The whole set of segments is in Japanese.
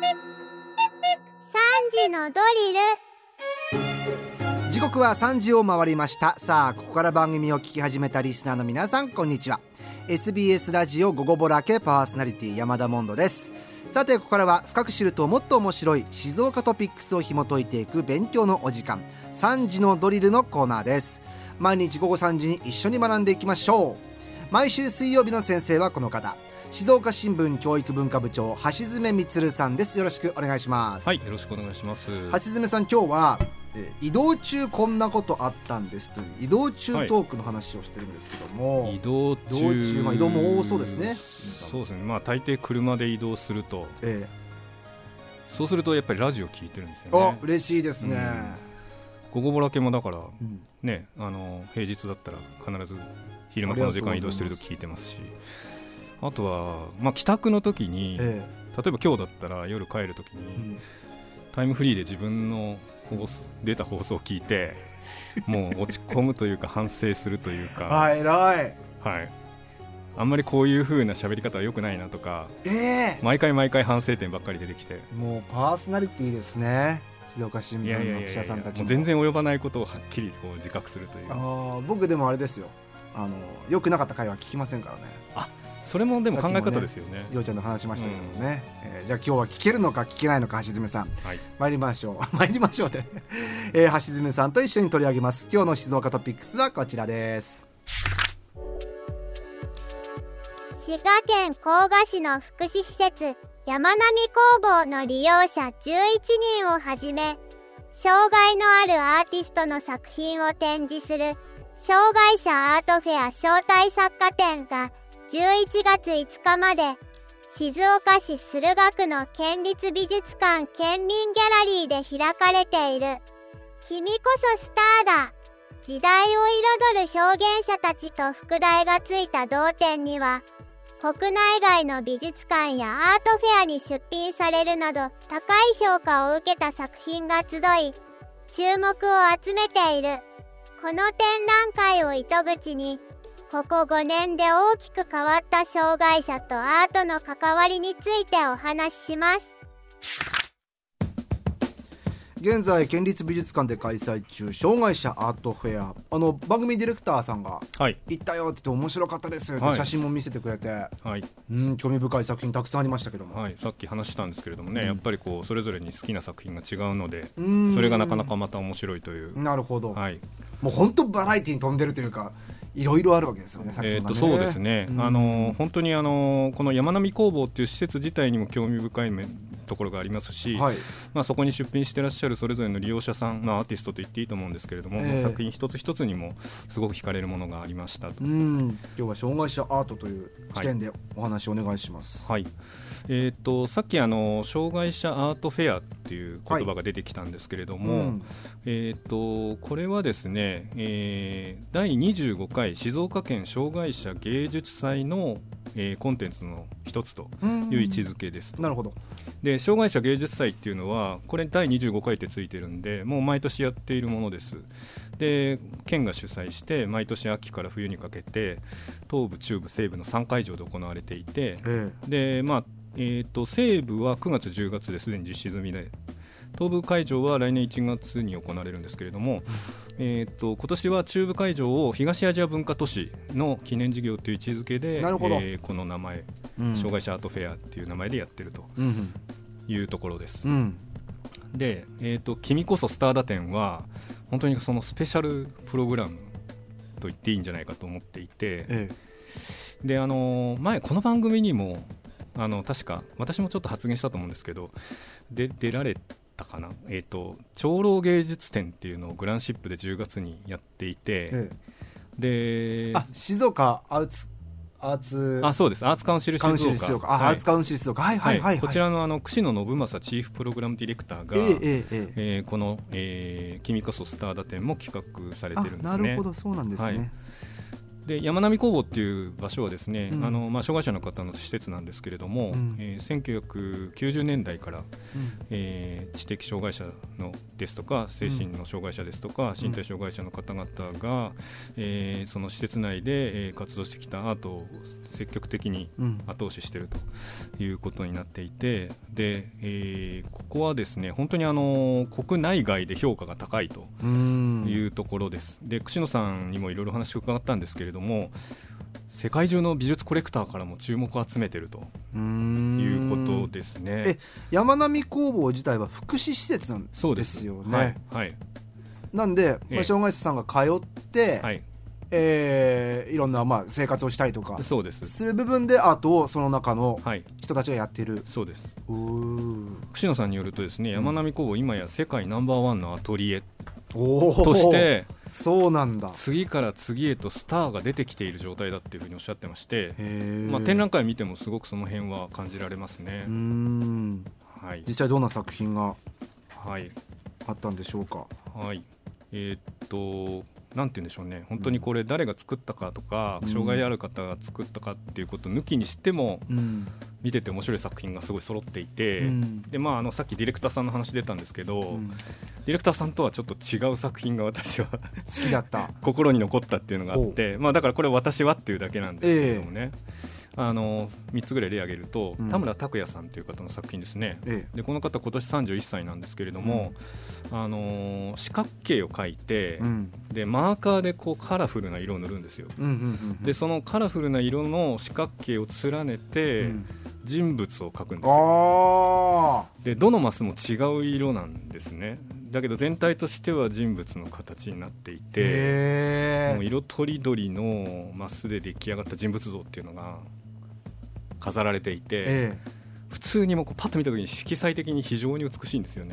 3時のドリル。 時刻は3時を回りました。さあここから番組を聞き始めたリスナーの皆さん、こんにちは。 SBS ラジオ午後ぼらけパーソナリティ山田モンドです。さてここからは深く知るともっと面白い静岡トピックスを紐解いていく勉強のお時間、3時のドリルのコーナーです。毎日午後3時に一緒に学んでいきましょう。毎週水曜日の先生はこの方、静岡新聞教育文化部長橋爪充さんです。よろしくお願いします。 はい、よろしくお願いします。 橋爪さん、今日は移動中こんなことあったんですという移動中トークの話をしてるんですけども、 移動中、 移動も多そうですね。 そうですね、大抵車で移動すると、そうするとやっぱりラジオ聞いてるんですよね。 嬉しいですね。 午後ぼらけもだから、ね、平日だったら必ず昼間この時間移動してると聞いてますし、あとは、帰宅の時に、例えば今日だったら夜帰る時に、タイムフリーで自分の出た放送を聞いてもう落ち込むというか反省するというか偉い、 あんまりこういう風な喋り方は良くないなとか、毎回反省点ばっかり出てきて、 もうパーソナリティですね。静岡新聞の記者さんたちも全然及ばないことをはっきりこう自覚するという。 僕でもあれですよ、良くなかった会話聞きませんからね。 それもでも考え方ですよね。 ようちゃんと話しましたけどもね、じゃあ今日は聞けるのか聞けないのか、橋爪さん、参りましょうって橋爪さんと一緒に取り上げます。今日の静岡トピックスはこちらです。 滋賀県甲賀市の福祉施設山並工房の利用者11人をはじめ、障害のあるアーティストの作品を展示する障害者アートフェア招待作家展が11月5日まで静岡市駿河区の県立美術館県民ギャラリーで開かれている。君こそスターだ、時代を彩る表現者たちと副題がついた同展には、国内外の美術館やアートフェアに出品されるなど高い評価を受けた作品が集い、注目を集めている。この展覧会を糸口に、ここ5年で大きく変わった障害者とアートの関わりについてお話しします。 現在県立美術館で開催中障害者アートフェア、番組ディレクターさんが行ったよって言って面白かったですって写真も見せてくれて、興味深い作品たくさんありましたけども、 さっき話したんですけれどもね、やっぱりこうそれぞれに好きな作品が違うので、それがなかなかまた面白いという。 なるほど、もう本当バラエティに富んでるというか、いろいろあるわけですよね。 そうですね、本当にこの山並工房っていう施設自体にも興味深いところがありますし、そこに出品してらっしゃるそれぞれの利用者さん、アーティストと言っていいと思うんですけれども、作品一つ一つにもすごく惹かれるものがありましたと。 今日は障害者アートという視点でお話をお願いします。 さっき障害者アートフェアっていう言葉が出てきたんですけれども、これはですね、第25回静岡県障害者芸術祭の、コンテンツの一つという位置づけです。 なるほど。 で障害者芸術祭っていうのはこれ第25回ってついてるんで、もう毎年やっているものです。で県が主催して毎年秋から冬にかけて東部中部西部の3会場で行われていて、で西部は9月10月ですでに実施済みで、東部会場は来年1月に行われるんですけれども、今年は中部会場を東アジア文化都市の記念事業という位置づけで、この名前、障害者アートフェアという名前でやってるというところです。で、君こそスターだ展は本当にそのスペシャルプログラムと言っていいんじゃないかと思っていて、で前この番組にも確か私もちょっと発言したと思うんですけど、出られたかな、長老芸術展っていうのをグランシップで10月にやっていて、で静岡アーツそうです、アーツカウンシル静岡、 アーツカウンシル静岡、 こちらの櫛野信正チーフプログラムディレクターが、この、君こそスターだ展も企画されてるんですね。 なるほど、そうなんですね。 で山並工房っていう場所はですね、障害者の方の施設なんですけれども、1990年代から、知的障害者のですとか精神の障害者ですとか、身体障害者の方々が、その施設内で、活動してきたアートを積極的に後押ししているということになっていて、 で、ここはですね本当に国内外で評価が高いというところです。で串野さんにもいろいろ話を伺ったんですけれども、世界中の美術コレクターからも注目を集めているということですね。 山並工房自体は福祉施設なんですよね。 はいはい、 なんで、障害者さんが通って、 はいいろんな生活をしたりとかそうですする部分でアートをその中の人たちがやっている、はい、 そうです。串野さんによるとですね、山並工房今や世界ナンバーワンのアトリエとしてそうなんだ、 次から次へとスターが出てきている状態だっていうふうにおっしゃってまして、展覧会見てもすごくその辺は感じられますね。はい、 実際どんな作品がはい、 あったんでしょうか。 はい、なんて言うんでしょうね、本当にこれ誰が作ったかとか、障害ある方が作ったかっていうことを抜きにしても、見てて面白い作品がすごい揃っていて、でさっきディレクターさんの話出たんですけど、ディレクターさんとはちょっと違う作品が私は好きだった心に残ったっていうのがあって、だからこれ私はっていうだけなんですけれどもね、3つぐらい例挙げると、田村拓也さんという方の作品ですね。でこの方今年31歳なんですけれども、四角形を描いて、でマーカーでこうカラフルな色を塗るんですよ。でそのカラフルな色の四角形を連ねて、人物を描くんですよ。でどのマスも違う色なんですね。だけど全体としては人物の形になっていて、もう色とりどりのマスで出来上がった人物像っていうのが飾られていて、普通にもうパッと見た時に色彩的に非常に美しいんですよね。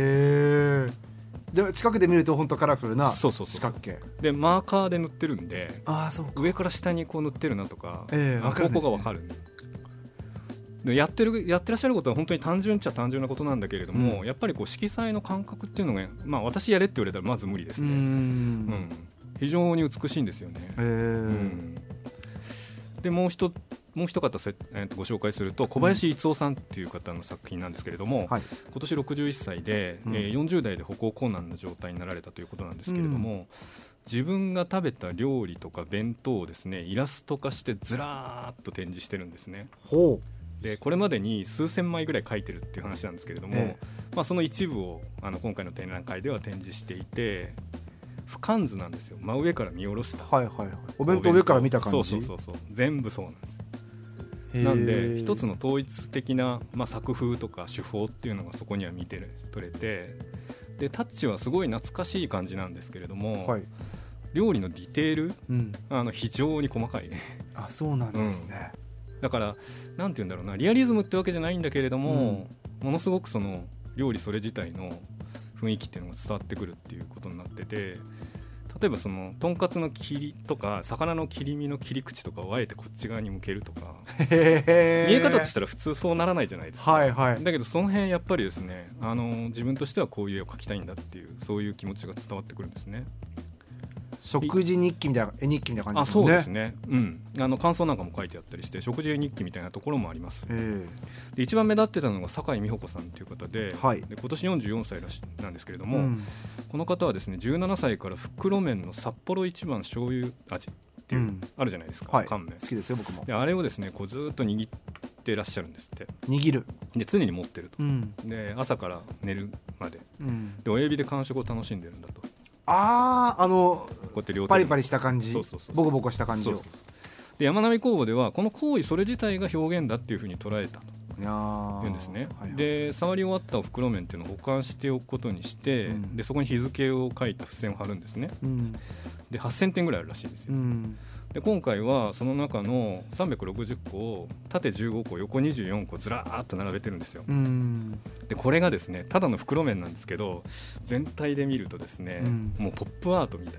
で近くで見ると本当カラフルな四角形でマーカーで塗ってるんで、 そう上から下にこう塗ってるなとか、方向が分かる。でやってらっしゃることは本当に単純っちゃ単純なことなんだけれども、やっぱりこう色彩の感覚っていうのが、私やれって言われたらまず無理ですね。非常に美しいんですよね。でもう一方ご紹介すると小林逸夫さんっていう方の作品なんですけれども、今年61歳で、40代で歩行困難な状態になられたということなんですけれども、自分が食べた料理とか弁当をですねイラスト化してずらーっと展示してるんですね。でこれまでに数千枚ぐらい描いてるっていう話なんですけれども、その一部を今回の展覧会では展示していて、俯瞰図なんですよ。真上から見下ろした、 お弁当上から見た感じ。 そう全部そうなんです。なんで一つの統一的な、作風とか手法っていうのがそこには見て取れて、でタッチはすごい懐かしい感じなんですけれども、料理のディテール、非常に細かいね。 そうなんですね。 だからなんて言うんだろうな、リアリズムってわけじゃないんだけれども、ものすごくその料理それ自体の雰囲気っていうのが伝わってくるっていうことになってて、例えばそのとんかつの切りとか魚の切り身の切り口とかをあえてこっち側に向けるとか、見え方としたら普通そうならないじゃないですか。だけどその辺やっぱりですね、自分としてはこういう絵を描きたいんだっていう、そういう気持ちが伝わってくるんですね。 食事日記みたいな絵日記みたいな感じですね。そうですね、感想なんかも書いてあったりして、食事絵日記みたいなところもあります。で一番目立ってたのが酒井美穂子さんという方 で今年44歳なんですけれども、この方はですね17歳から袋麺の札幌一番醤油味っていう、あるじゃないですか、乾麺。 好きですよ僕も。 であれをですねこうずっと握ってらっしゃるんですって。 握るで常に持ってると、で朝から寝るまで、で親指で感触を楽しんでるんだと。こうやって両手パリパリした感じ、ボコボコした感じを。 で山並工房ではこの行為それ自体が表現だっていうふうに捉えたというんですね。で触り終わったお袋麺っていうのを保管しておくことにして、でそこに日付を書いた付箋を貼るんですね。で8000点ぐらいあるらしいんですよ。で今回はその中の360個を縦15個横24個ずらーっと並べてるんですよ。でこれがですねただの袋麺なんですけど、全体で見るとですね、もうポップアートみたい。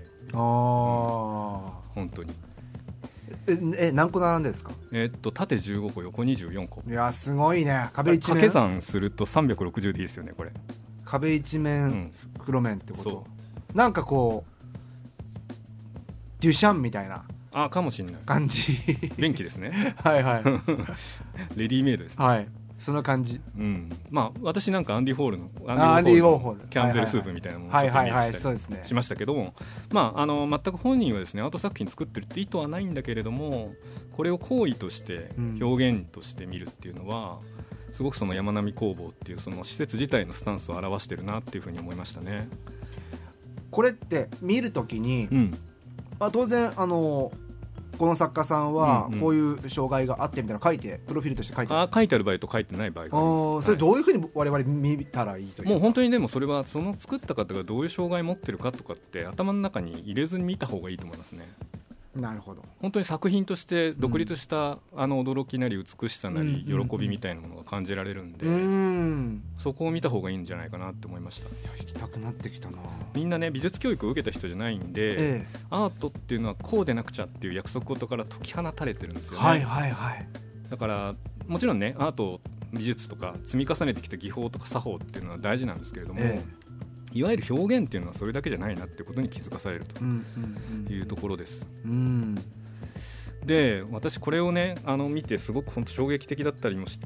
本当に。 何個並んでるんですか？ 縦15個横24個。 いやすごいね。壁一面掛け算すると360でいいですよねこれ。 壁一面袋麺ってこと、なんかこうデュシャンみたいなかもしれない感じ。 便器ですね。レディーメイドですね。 その感じ。 私なんかアンディ・ホールのキャンベルスープみたいなものをちょっとイメージしたりしましたけども、全く本人はですねアート作品作ってるって意図はないんだけれども、これを行為として表現として見るっていうのはすごくその山並工房っていうその施設自体のスタンスを表してるなっていうふうに思いましたね。 これって見るときに、当然この作家さんはこういう障害があってみたいな書いて、プロフィールとして書いてある。 書いてある場合と書いてない場合があります。 それどういうふうに我々見たらいいという。 もう本当にでもそれはその作った方がどういう障害を持ってるかとかって頭の中に入れずに見た方がいいと思いますね。 なるほど。 本当に作品として独立した、驚きなり美しさなり喜びみたいなものが感じられるんで、そこを見た方がいいんじゃないかなって思いました。 行きたくなってきたな。 みんなね美術教育を受けた人じゃないんで、アートっていうのはこうでなくちゃっていう約束事から解き放たれてるんですよね。だからもちろんねアート美術とか積み重ねてきた技法とか作法っていうのは大事なんですけれども、いわゆる表現っていうのはそれだけじゃないなってことに気づかされるというところです。で私これをね見てすごく本当衝撃的だったりもして、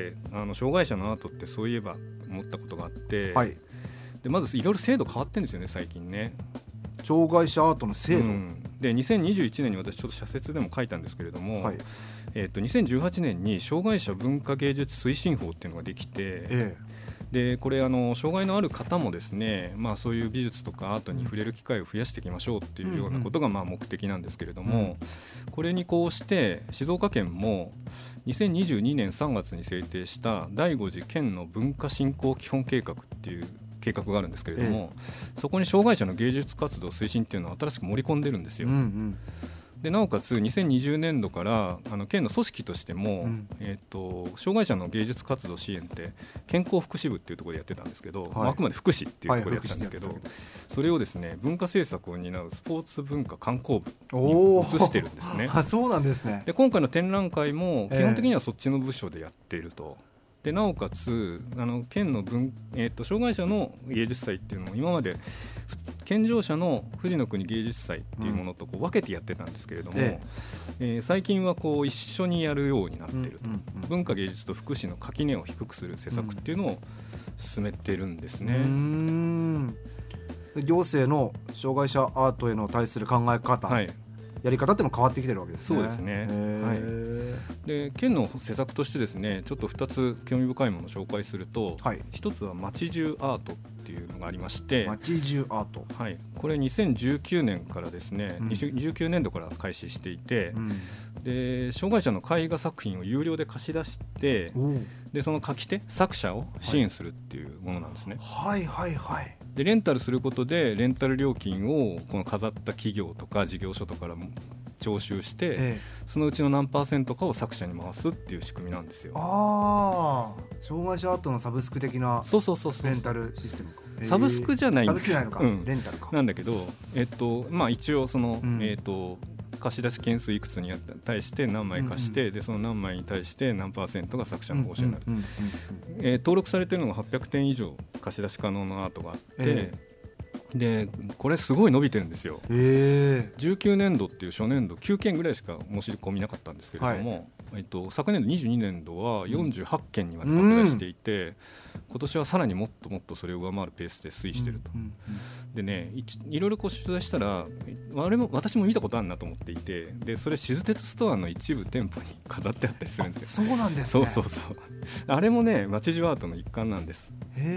障害者のアートってそういえば思ったことがあって、でまずいろいろ制度変わってるんですよね最近ね。 障害者アートの制度、 で2021年に私ちょっと社説でも書いたんですけれども、2018年に障害者文化芸術推進法っていうのができて、でこれ障害のある方もですね、そういう美術とかアートに触れる機会を増やしていきましょうっていうようなことが目的なんですけれども、これにこうして静岡県も2022年3月に制定した第5次県の文化振興基本計画っていう計画があるんですけれども、そこに障害者の芸術活動推進っていうのを新しく盛り込んでるんですよ。でなおかつ2020年度から県の組織としても、障害者の芸術活動支援って健康福祉部っていうところでやってたんですけど、あくまで福祉っていうところでやってたんですけど、それをですね文化政策を担うスポーツ文化観光部に移してるんですね。 そうなんですね。 で今回の展覧会も基本的にはそっちの部署でやっていると。でなおかつ県の障害者の芸術祭っていうのも今まで健常者の富士の国芸術祭っていうものとこう分けてやってたんですけれども、最近はこう一緒にやるようになっていると、文化芸術と福祉の垣根を低くする施策っていうのを進めてるんですね。 行政の障害者アートへの対する考え方、やり方っても変わってきてるわけですね。 そうですね。で県の施策としてですねちょっと2つ興味深いものを紹介すると、1つは街中アートっていうのがありまして、 街中アート、 これ2019年からですね、2019年度から開始していて、で障害者の絵画作品を有料で貸し出して、でその書き手作者を支援するっていうものなんですね。でレンタルすることでレンタル料金をこの飾った企業とか事業所とかからも徴収して、そのうちの何%かを作者に回すっていう仕組みなんですよ。 障害者アートのサブスク的なレンタルシステムか。 サブスクじゃないんですサブスクじゃないのか、レンタルかなんだけど、一応その、貸し出し件数いくつに対して何枚貸して、でその何枚に対して何%が作者の報酬になる、登録されているのが800点以上貸し出し可能なアートがあって、でこれすごい伸びてるんですよ。19年度っていう初年度9件ぐらいしか申し込みなかったんですけれども、昨年度22年度は48件にまで拡大していて、今年はさらにもっともっとそれを上回るペースで推移していると。でね、いろいろこう取材したら私も見たことあるなと思っていて、でそれ静鉄ストアの一部店舗に飾ってあったりするんですよ。 そうなんですね。 そうあれもね街中アートの一環なんです。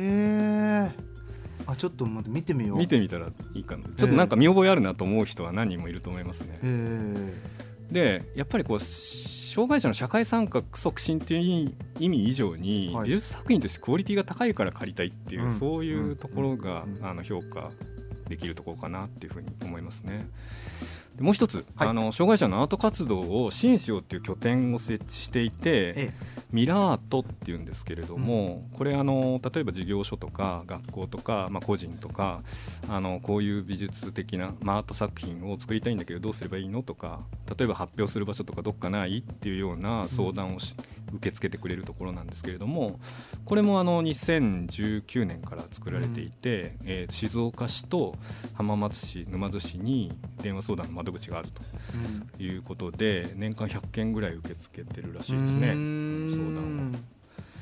ちょっと待って見てみよう。 見てみたらいいかな。ちょっとなんか見覚えあるなと思う人は何人もいると思いますね。でやっぱりこう障害者の社会参画促進っていう意味以上に、美術作品としてクオリティが高いから借りたいっていう、そういうところが評価できるところかなっていうふうに思いますね。でもう一つ、障害者のアート活動を支援しようっていう拠点を設置していて、ミラートっていうんですけれども、これ例えば事業所とか学校とか、個人とかこういう美術的な、アート作品を作りたいんだけどどうすればいいのとか、例えば発表する場所とかどっかないっていうような相談を受け付けてくれるところなんですけれども、これも2019年から作られていて、静岡市と浜松市沼津市に電話相談の窓口があるということで、年間100件ぐらい受け付けてるらしいですね、相談を。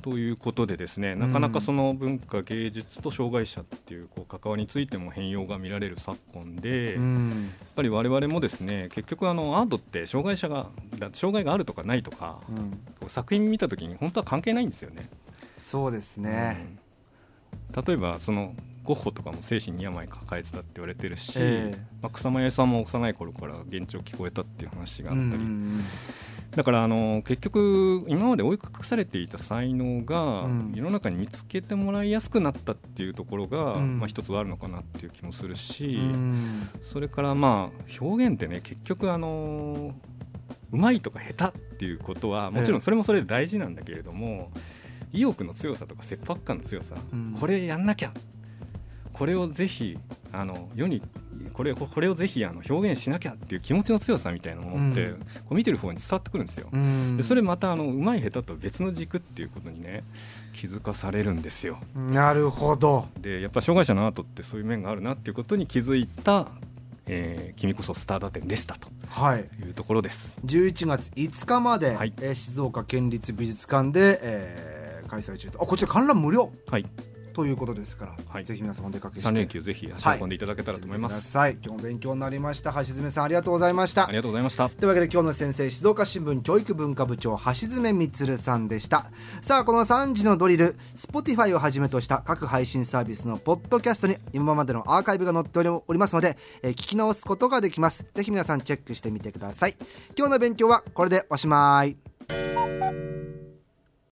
ということでですね、なかなかその文化芸術と障害者っていう関わりについても変容が見られる昨今で、やっぱり我々もですね、結局アートって障害があるとかないとか、作品見た時に本当は関係ないんですよね。 そうですね、 例えばそのゴッホとかも精神に病抱えてたって言われてるし、草間彌生さんも幼い頃から幻聴聞こえたっていう話があったり、だから結局今まで追い隠されていた才能が世の中に見つけてもらいやすくなったっていうところが、一つはあるのかなっていう気もするし、それから表現ってね、結局うまいとか下手っていうことはもちろんそれもそれで大事なんだけれども、意欲の強さとか切迫感の強さ、これやんなきゃ、これをぜひ世にこれをぜひ表現しなきゃっていう気持ちの強さみたいなものって、こう見てる方に伝わってくるんですよ。でそれまたうまい下手と別の軸っていうことにね、気づかされるんですよ。 なるほど。 でやっぱ障害者のアートってそういう面があるなっていうことに気づいた、君こそスター打点でしたというところです。 11月5日まで、静岡県立美術館で、開催中と。こちら観覧無料、ということですから、ぜひ皆さんお出かけして 3連休ぜひ足を運んでいただけたらと思います。 今日も勉強になりました。橋爪さんありがとうございました。 ありがとうございました。 というわけで今日の先生、静岡新聞教育文化部長橋爪充さんでした。さあこの3時のドリル、 Spotify をはじめとした各配信サービスのポッドキャストに今までのアーカイブが載っておりますので、聞き直すことができます。ぜひ皆さんチェックしてみてください。今日の勉強はこれでおしまい。